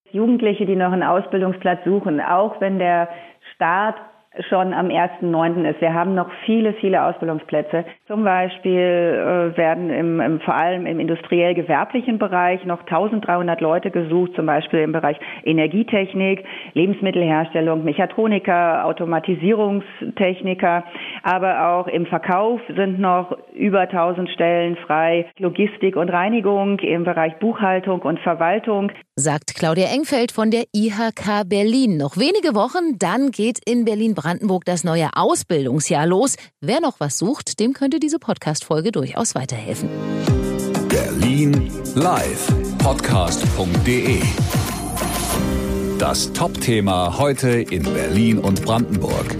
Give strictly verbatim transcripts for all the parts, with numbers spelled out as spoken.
Jugendliche, die noch einen Ausbildungsplatz suchen, auch wenn der Start schon am ersten neunten ist. Wir haben noch viele, viele Ausbildungsplätze. Zum Beispiel äh, werden im, im, vor allem im industriell-gewerblichen Bereich noch eintausenddreihundert Leute gesucht, zum Beispiel im Bereich Energietechnik, Lebensmittelherstellung, Mechatroniker, Automatisierungstechniker, aber auch im Verkauf sind noch über tausend Stellen frei, Logistik und Reinigung, im Bereich Buchhaltung und Verwaltung. Sagt Claudia Engfeld von der I H K Berlin. Noch wenige Wochen, dann geht in Berlin-Brandenburg das neue Ausbildungsjahr los. Wer noch was sucht, dem könnte diese Podcast-Folge durchaus weiterhelfen. Berlin live podcast punkt de. Das Top-Thema heute in Berlin und Brandenburg.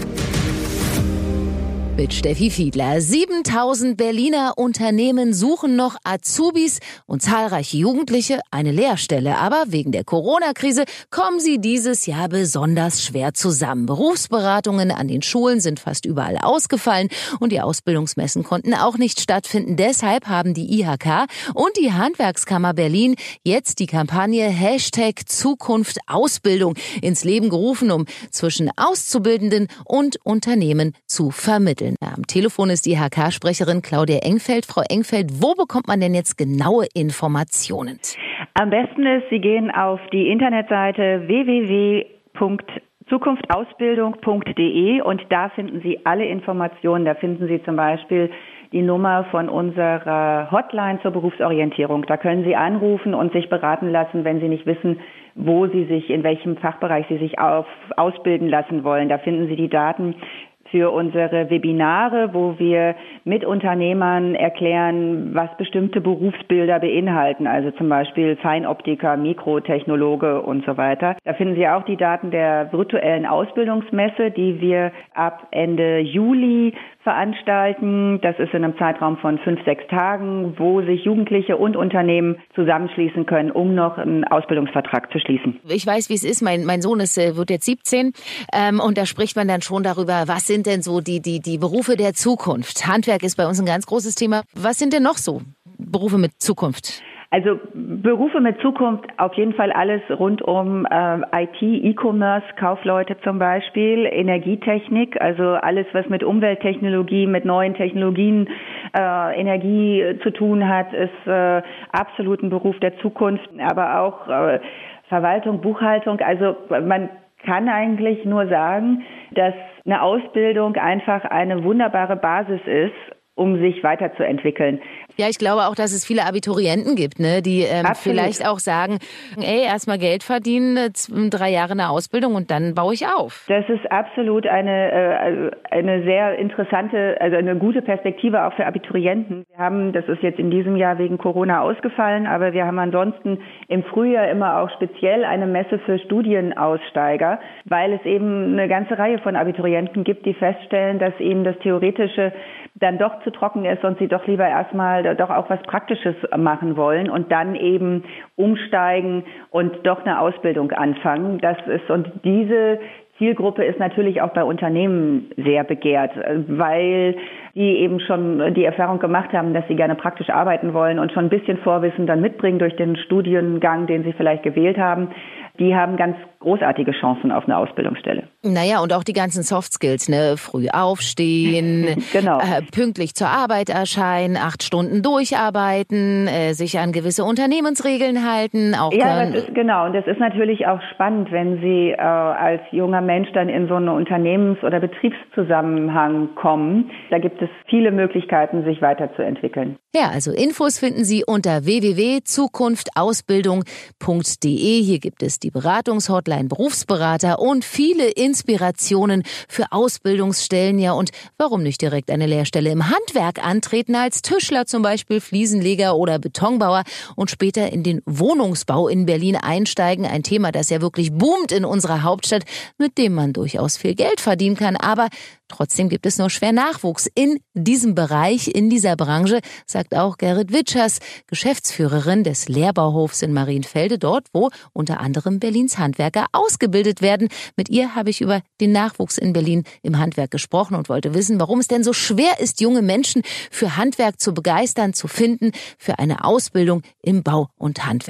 Mit Steffi Fiedler. siebentausend Berliner Unternehmen suchen noch Azubis und zahlreiche Jugendliche eine Lehrstelle. Aber wegen der Corona-Krise kommen sie dieses Jahr besonders schwer zusammen. Berufsberatungen an den Schulen sind fast überall ausgefallen und die Ausbildungsmessen konnten auch nicht stattfinden. Deshalb haben die I H K und die Handwerkskammer Berlin jetzt die Kampagne Hashtag Zukunft Ausbildung ins Leben gerufen, um zwischen Auszubildenden und Unternehmen zu vermitteln. Am Telefon ist die I H K-Sprecherin Claudia Engfeld. Frau Engfeld, wo bekommt man denn jetzt genaue Informationen? Am besten ist, Sie gehen auf die Internetseite w w w punkt zukunftausbildung punkt de und da finden Sie alle Informationen. Da finden Sie zum Beispiel die Nummer von unserer Hotline zur Berufsorientierung. Da können Sie anrufen und sich beraten lassen, wenn Sie nicht wissen, wo Sie sich, in welchem Fachbereich Sie sich auf, ausbilden lassen wollen. Da finden Sie die Daten für unsere Webinare, wo wir mit Unternehmern erklären, was bestimmte Berufsbilder beinhalten, also zum Beispiel Feinoptiker, Mikrotechnologe und so weiter. Da finden Sie auch die Daten der virtuellen Ausbildungsmesse, die wir ab Ende Juli veranstalten. Das ist in einem Zeitraum von fünf, sechs Tagen, wo sich Jugendliche und Unternehmen zusammenschließen können, um noch einen Ausbildungsvertrag zu schließen. Ich weiß, wie es ist. Mein, mein Sohn ist, wird jetzt siebzehn ähm, und da spricht man dann schon darüber, was sind denn so die, die, die Berufe der Zukunft? Handwerk ist bei uns ein ganz großes Thema. Was sind denn noch so Berufe mit Zukunft? Also Berufe mit Zukunft, auf jeden Fall alles rund um äh, I T, E-Commerce, Kaufleute zum Beispiel, Energietechnik, also alles, was mit Umwelttechnologie, mit neuen Technologien, äh, Energie zu tun hat, ist äh, absolut ein Beruf der Zukunft, aber auch äh, Verwaltung, Buchhaltung. Also man kann eigentlich nur sagen, dass eine Ausbildung einfach eine wunderbare Basis ist, um sich weiterzuentwickeln. Ja, ich glaube auch, dass es viele Abiturienten gibt, ne, die ähm, vielleicht auch sagen, ey, erstmal Geld verdienen, drei Jahre eine Ausbildung und dann baue ich auf. Das ist absolut eine äh, eine sehr interessante, also eine gute Perspektive auch für Abiturienten. Wir haben, das ist jetzt in diesem Jahr wegen Corona ausgefallen, aber wir haben ansonsten im Frühjahr immer auch speziell eine Messe für Studienaussteiger, weil es eben eine ganze Reihe von Abiturienten gibt, die feststellen, dass ihnen das Theoretische dann doch zu trocken ist und sie doch lieber erstmal doch auch was Praktisches machen wollen und dann eben umsteigen und doch eine Ausbildung anfangen. Das ist, und diese Zielgruppe ist natürlich auch bei Unternehmen sehr begehrt, weil die eben schon die Erfahrung gemacht haben, dass sie gerne praktisch arbeiten wollen und schon ein bisschen Vorwissen dann mitbringen durch den Studiengang, den sie vielleicht gewählt haben. Die haben ganz großartige Chancen auf eine Ausbildungsstelle. Naja, und auch die ganzen Soft Skills, ne? Früh aufstehen, genau. äh, pünktlich zur Arbeit erscheinen, acht Stunden durcharbeiten, äh, sich an gewisse Unternehmensregeln halten. Auch ja, das ist, genau. Und das ist natürlich auch spannend, wenn Sie äh, als junger Mensch dann in so einen Unternehmens- oder Betriebszusammenhang kommen. Da gibt es viele Möglichkeiten, sich weiterzuentwickeln. Ja, also Infos finden Sie unter w w w punkt zukunftausbildung punkt de. Hier gibt es die Beratungshotline, Berufsberater und viele Inspirationen für Ausbildungsstellen. Ja, und warum nicht direkt eine Lehrstelle im Handwerk antreten, als Tischler zum Beispiel, Fliesenleger oder Betonbauer und später in den Wohnungsbau in Berlin einsteigen. Ein Thema, das ja wirklich boomt in unserer Hauptstadt, mit dem man durchaus viel Geld verdienen kann. Aber trotzdem gibt es nur schwer Nachwuchs in diesem Bereich, in dieser Branche, sagt auch Gerrit Witschers, Geschäftsführerin des Lehrbauhofs in Marienfelde, dort, wo unter anderem Berlins Handwerker ausgebildet werden. Mit ihr habe ich über den Nachwuchs in Berlin im Handwerk gesprochen und wollte wissen, warum es denn so schwer ist, junge Menschen für Handwerk zu begeistern, zu finden, für eine Ausbildung im Bau und Handwerk.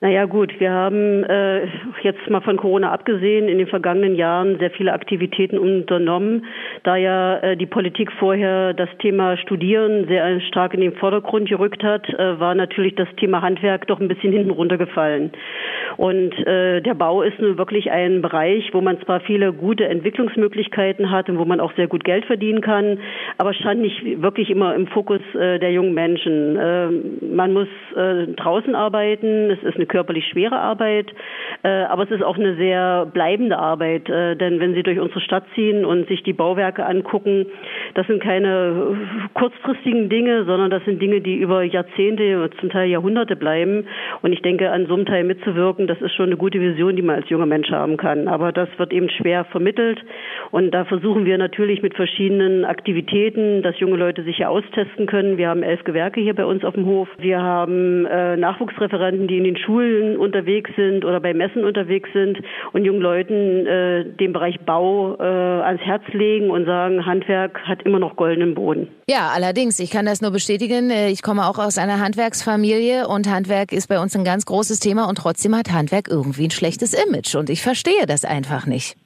Naja gut, wir haben äh, jetzt mal von Corona abgesehen in den vergangenen Jahren sehr viele Aktivitäten unternommen, da ja äh, die Politik vorher das Thema Studieren sehr stark in den Vordergrund gerückt hat, äh, war natürlich das Thema Handwerk doch ein bisschen hinten runtergefallen. Und äh, der Bau ist nun wirklich ein Bereich, wo man zwar viele gute Entwicklungsmöglichkeiten hat und wo man auch sehr gut Geld verdienen kann, aber stand nicht wirklich immer im Fokus äh, der jungen Menschen. Äh, man muss äh, draußen arbeiten, es ist eine körperlich schwere Arbeit, äh, aber es ist auch eine sehr bleibende Arbeit, äh, denn wenn Sie durch unsere Stadt ziehen und sich die Bauwerke angucken, das sind keine kurzfristigen Dinge, sondern das sind Dinge, die über Jahrzehnte, zum Teil Jahrhunderte bleiben. Und ich denke, an so einem Teil mitzuwirken, das ist schon eine gute Vision, die man als junger Mensch haben kann. Aber das wird eben schwer vermittelt. Und da versuchen wir natürlich mit verschiedenen Aktivitäten, dass junge Leute sich hier austesten können. Wir haben elf Gewerke hier bei uns auf dem Hof. Wir haben äh, Nachwuchsreferenten, die in den Schulen unterwegs sind oder bei Messen unterwegs sind und jungen Leuten äh, den Bereich Bau äh, ans Herz legen und sagen, Handwerk hat immer noch goldenen Boden. Ja, allerdings, ich kann das nur bestätigen. Ich komme auch aus einer Handwerksfamilie und Handwerk ist bei uns ein ganz großes Thema und trotzdem hat Handwerk irgendwie ein schlechtes Image und ich verstehe das einfach nicht.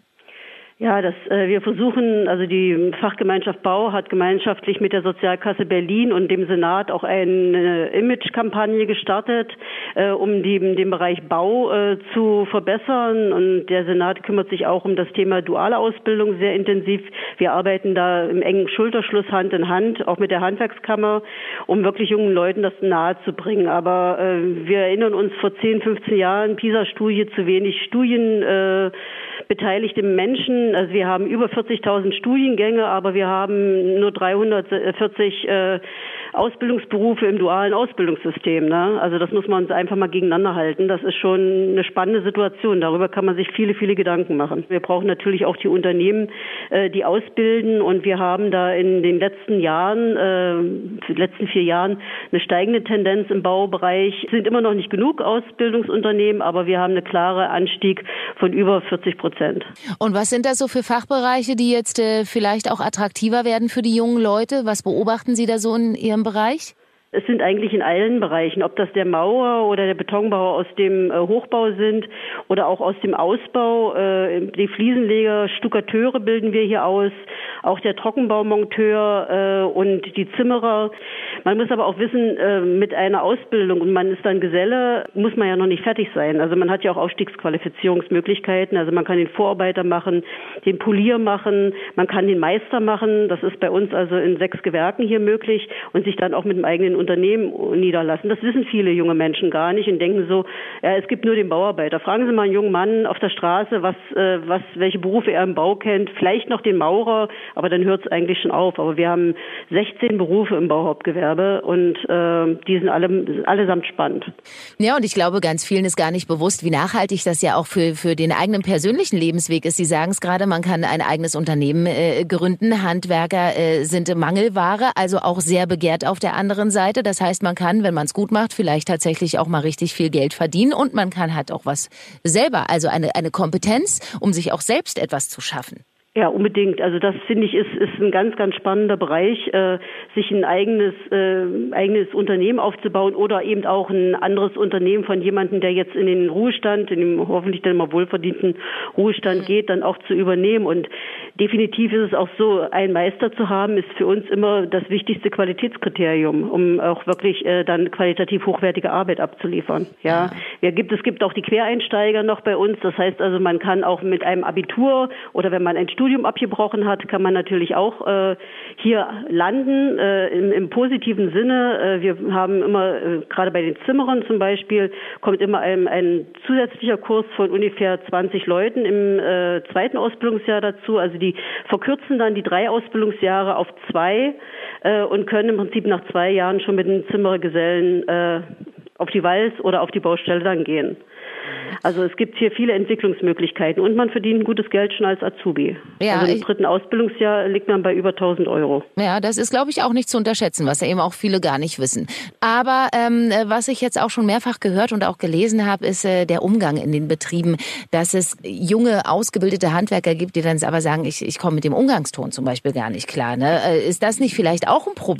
Ja, das, äh, wir versuchen, also die Fachgemeinschaft Bau hat gemeinschaftlich mit der Sozialkasse Berlin und dem Senat auch eine Image-Kampagne gestartet, äh, um die, den Bereich Bau äh, zu verbessern. Und der Senat kümmert sich auch um das Thema duale Ausbildung sehr intensiv. Wir arbeiten da im engen Schulterschluss Hand in Hand, auch mit der Handwerkskammer, um wirklich jungen Leuten das nahe zu bringen. Aber äh, wir erinnern uns vor zehn, fünfzehn Jahren, PISA-Studie, zu wenig Studien, äh, beteiligte Menschen. Also wir haben über vierzigtausend Studiengänge, aber wir haben nur dreihundertvierzig äh, Ausbildungsberufe im dualen Ausbildungssystem. Ne? Also das muss man uns einfach mal gegeneinander halten. Das ist schon eine spannende Situation. Darüber kann man sich viele, viele Gedanken machen. Wir brauchen natürlich auch die Unternehmen, äh, die ausbilden. Und wir haben da in den letzten Jahren, äh, letzten vier Jahren, eine steigende Tendenz im Baubereich. Es sind immer noch nicht genug Ausbildungsunternehmen, aber wir haben einen klaren Anstieg von über vierzig Prozent. Und was sind das so für Fachbereiche, die jetzt äh, vielleicht auch attraktiver werden für die jungen Leute? Was beobachten Sie da so in Ihrem Bereich? Es sind eigentlich in allen Bereichen, ob das der Maurer oder der Betonbauer aus dem äh, Hochbau sind oder auch aus dem Ausbau. Äh, die Fliesenleger, Stuckateure bilden wir hier aus, auch der Trockenbaumonteur äh, und die Zimmerer. Man muss aber auch wissen, äh, mit einer Ausbildung und man ist dann Geselle, muss man ja noch nicht fertig sein. Also man hat ja auch Aufstiegsqualifizierungsmöglichkeiten. Also man kann den Vorarbeiter machen, den Polier machen, man kann den Meister machen. Das ist bei uns also in sechs Gewerken hier möglich und sich dann auch mit dem eigenen Unternehmen niederlassen. Das wissen viele junge Menschen gar nicht und denken so, ja, es gibt nur den Bauarbeiter. Fragen Sie mal einen jungen Mann auf der Straße, was, äh, was, welche Berufe er im Bau kennt. Vielleicht noch den Maurer, aber dann hört es eigentlich schon auf. Aber wir haben sechzehn Berufe im Bauhauptgewerbe und äh, die sind alle, allesamt spannend. Ja, und ich glaube, ganz vielen ist gar nicht bewusst, wie nachhaltig das ja auch für, für den eigenen persönlichen Lebensweg ist. Sie sagen es gerade, man kann ein eigenes Unternehmen äh, gründen. Handwerker äh, sind Mangelware, also auch sehr begehrt auf der anderen Seite. Das heißt, man kann, wenn man es gut macht, vielleicht tatsächlich auch mal richtig viel Geld verdienen und man kann halt auch was selber, also eine, eine Kompetenz, um sich auch selbst etwas zu schaffen. Ja, unbedingt. Also das, finde ich, ist, ist ein ganz, ganz spannender Bereich, äh, sich ein eigenes, äh, eigenes Unternehmen aufzubauen oder eben auch ein anderes Unternehmen von jemandem, der jetzt in den Ruhestand, in den hoffentlich dann mal wohlverdienten Ruhestand geht, dann auch zu übernehmen. Und definitiv ist es auch so, einen Meister zu haben, ist für uns immer das wichtigste Qualitätskriterium, um auch wirklich äh, dann qualitativ hochwertige Arbeit abzuliefern. Ja, ja gibt, es gibt auch die Quereinsteiger noch bei uns. Das heißt also, man kann auch mit einem Abitur oder wenn man ein Studium abgebrochen hat, kann man natürlich auch äh, hier landen, äh, im, im positiven Sinne. Äh, wir haben immer, äh, gerade bei den Zimmerern zum Beispiel, kommt immer ein, ein zusätzlicher Kurs von ungefähr zwanzig Leuten im äh, zweiten Ausbildungsjahr dazu. Also die verkürzen dann die drei Ausbildungsjahre auf zwei äh, und können im Prinzip nach zwei Jahren schon mit den Zimmerergesellen äh, auf die Walz oder auf die Baustelle dann gehen. Also es gibt hier viele Entwicklungsmöglichkeiten und man verdient gutes Geld schon als Azubi. Ja, also im dritten Ausbildungsjahr liegt man bei über tausend Euro. Ja, das ist, glaube ich, auch nicht zu unterschätzen, was ja eben auch viele gar nicht wissen. Aber ähm, was ich jetzt auch schon mehrfach gehört und auch gelesen habe, ist äh, der Umgang in den Betrieben, dass es junge, ausgebildete Handwerker gibt, die dann aber sagen, ich, ich komme mit dem Umgangston zum Beispiel gar nicht klar. Ne? Ist das nicht vielleicht auch ein Problem?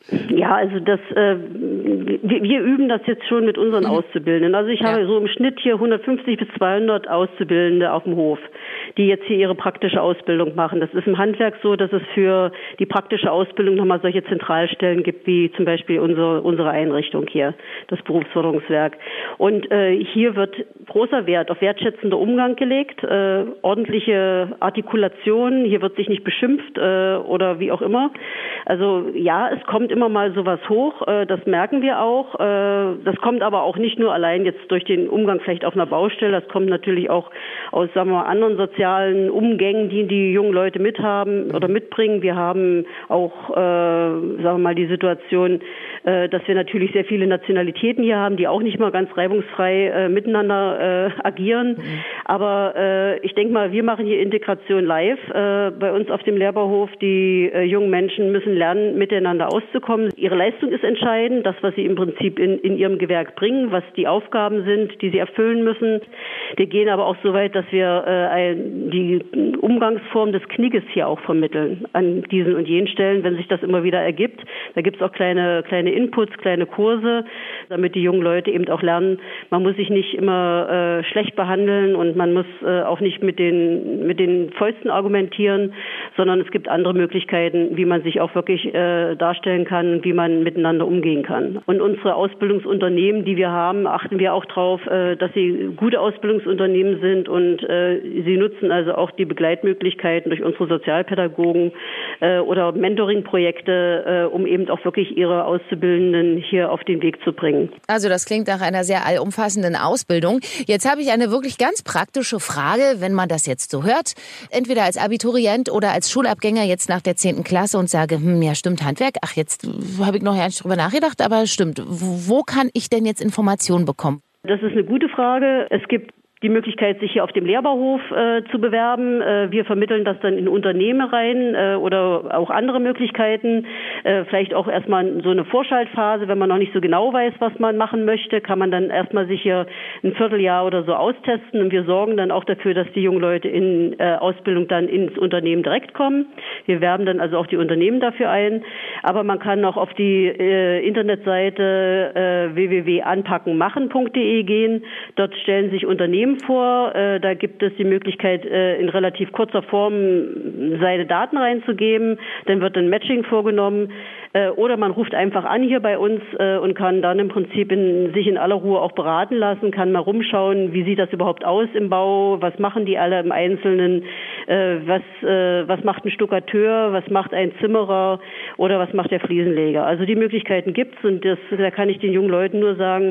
Ja, also das, äh, wir, wir üben das jetzt schon mit unseren Auszubildenden. Also ich habe ja. so im Schnitt hier hundertfünfzig bis zweihundert Auszubildende auf dem Hof, die jetzt hier ihre praktische Ausbildung machen. Das ist im Handwerk so, dass es für die praktische Ausbildung nochmal solche Zentralstellen gibt, wie zum Beispiel unsere, unsere Einrichtung hier, das Berufsförderungswerk. Und äh, hier wird großer Wert auf wertschätzender Umgang gelegt, äh, ordentliche Artikulation, hier wird sich nicht beschimpft äh, oder wie auch immer. Also ja, es kommt immer mal sowas hoch, äh, das merken wir auch. Äh, das kommt aber auch nicht nur allein jetzt durch den Umgang vielleicht auf einer Baustelle, das kommt natürlich auch aus, sagen wir mal, anderen sozialen Umgängen, die die jungen Leute mithaben oder mitbringen. Wir haben auch, äh, sagen wir mal, die Situation, äh, dass wir natürlich sehr viele Nationalitäten hier haben, die auch nicht mal ganz reibungsfrei äh, miteinander äh, agieren. Mhm. Aber äh, ich denke mal, wir machen hier Integration live äh, bei uns auf dem Lehrbauhof. Die äh, jungen Menschen müssen lernen, miteinander auszukommen. Ihre Leistung ist entscheidend, das, was sie im Prinzip in, in ihrem Gewerk bringen, was die Aufgaben sind, die sie erfüllen müssen. Wir gehen aber auch so weit, dass wir äh, ein, die Umgangsform des Knigges hier auch vermitteln an diesen und jenen Stellen, wenn sich das immer wieder ergibt. Da gibt es auch kleine, kleine Inputs, kleine Kurse, damit die jungen Leute eben auch lernen, man muss sich nicht immer äh, schlecht behandeln und man muss äh, auch nicht mit den, mit den Fäusten argumentieren, sondern es gibt andere Möglichkeiten, wie man sich auch wirklich äh, darstellen kann, wie man miteinander umgehen kann. Und unsere Ausbildungsunternehmen, die wir haben, achten wir auch darauf, äh, dass sie gute Ausbildungsunternehmen sind und äh, sie nutzen also auch die Begleitmöglichkeiten durch unsere Sozialpädagogen äh, oder Mentoring-Projekte, äh, um eben auch wirklich ihre Auszubildenden hier auf den Weg zu bringen. Also das klingt nach einer sehr allumfassenden Ausbildung. Jetzt habe ich eine wirklich ganz praktische Frage, wenn man das jetzt so hört, entweder als Abiturient oder als Schulabgänger jetzt nach der zehnten Klasse und sage, hm, ja stimmt, Handwerk, ach jetzt habe ich noch ja nicht drüber nachgedacht, aber stimmt. Wo kann ich denn jetzt Informationen bekommen? Das ist eine gute Frage. Es gibt die Möglichkeit, sich hier auf dem Lehrbauhof äh, zu bewerben. Äh, wir vermitteln das dann in Unternehmen rein äh, oder auch andere Möglichkeiten. Äh, vielleicht auch erstmal so eine Vorschaltphase, wenn man noch nicht so genau weiß, was man machen möchte, kann man dann erstmal sich hier ein Vierteljahr oder so austesten. Und wir sorgen dann auch dafür, dass die jungen Leute in äh, Ausbildung dann ins Unternehmen direkt kommen. Wir werben dann also auch die Unternehmen dafür ein. Aber man kann auch auf die äh, Internetseite äh, w w w punkt anpacken machen punkt d e gehen. Dort stellen sich Unternehmen vor. Äh, da gibt es die Möglichkeit, äh, in relativ kurzer Form seine Daten reinzugeben. Dann wird ein Matching vorgenommen. Äh, oder man ruft einfach an hier bei uns äh, und kann dann im Prinzip in, sich in aller Ruhe auch beraten lassen, kann mal rumschauen, wie sieht das überhaupt aus im Bau, was machen die alle im Einzelnen, äh, was, äh, was macht ein Stuckateur, was macht ein Zimmerer oder was macht der Fliesenleger. Also die Möglichkeiten gibt's und das, da kann ich den jungen Leuten nur sagen,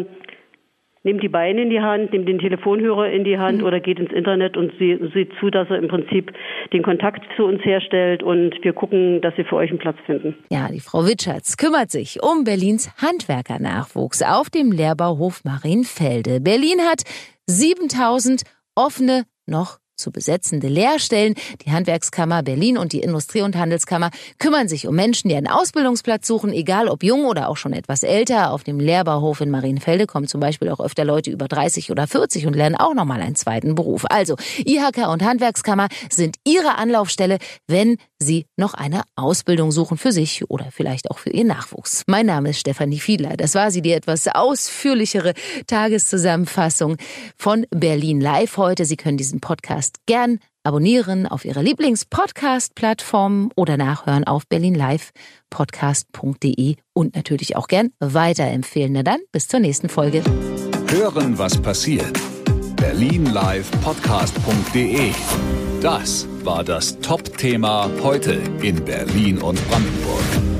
nehmt die Beine in die Hand, nehmt den Telefonhörer in die Hand mhm. oder geht ins Internet und sie, sieht zu, dass er im Prinzip den Kontakt zu uns herstellt und wir gucken, dass wir für euch einen Platz finden. Ja, die Frau Witschertz kümmert sich um Berlins Handwerkernachwuchs auf dem Lehrbauhof Marienfelde. Berlin hat siebentausend offene, noch zu besetzende Lehrstellen. Die Handwerkskammer Berlin und die Industrie- und Handelskammer kümmern sich um Menschen, die einen Ausbildungsplatz suchen, egal ob jung oder auch schon etwas älter. Auf dem Lehrbauhof in Marienfelde kommen zum Beispiel auch öfter Leute über dreißig oder vierzig und lernen auch nochmal einen zweiten Beruf. Also I H K und Handwerkskammer sind Ihre Anlaufstelle, wenn Sie noch eine Ausbildung suchen für sich oder vielleicht auch für Ihren Nachwuchs. Mein Name ist Stefanie Fiedler. Das war sie, die etwas ausführlichere Tageszusammenfassung von Berlin Live heute. Sie können diesen Podcast gern abonnieren auf Ihrer Lieblings-Podcast-Plattform oder nachhören auf berlin live podcast punkt d e und natürlich auch gern weiterempfehlen. Na dann, bis zur nächsten Folge. Hören, was passiert. berlin live podcast punkt d e. Das war das Top-Thema heute in Berlin und Brandenburg.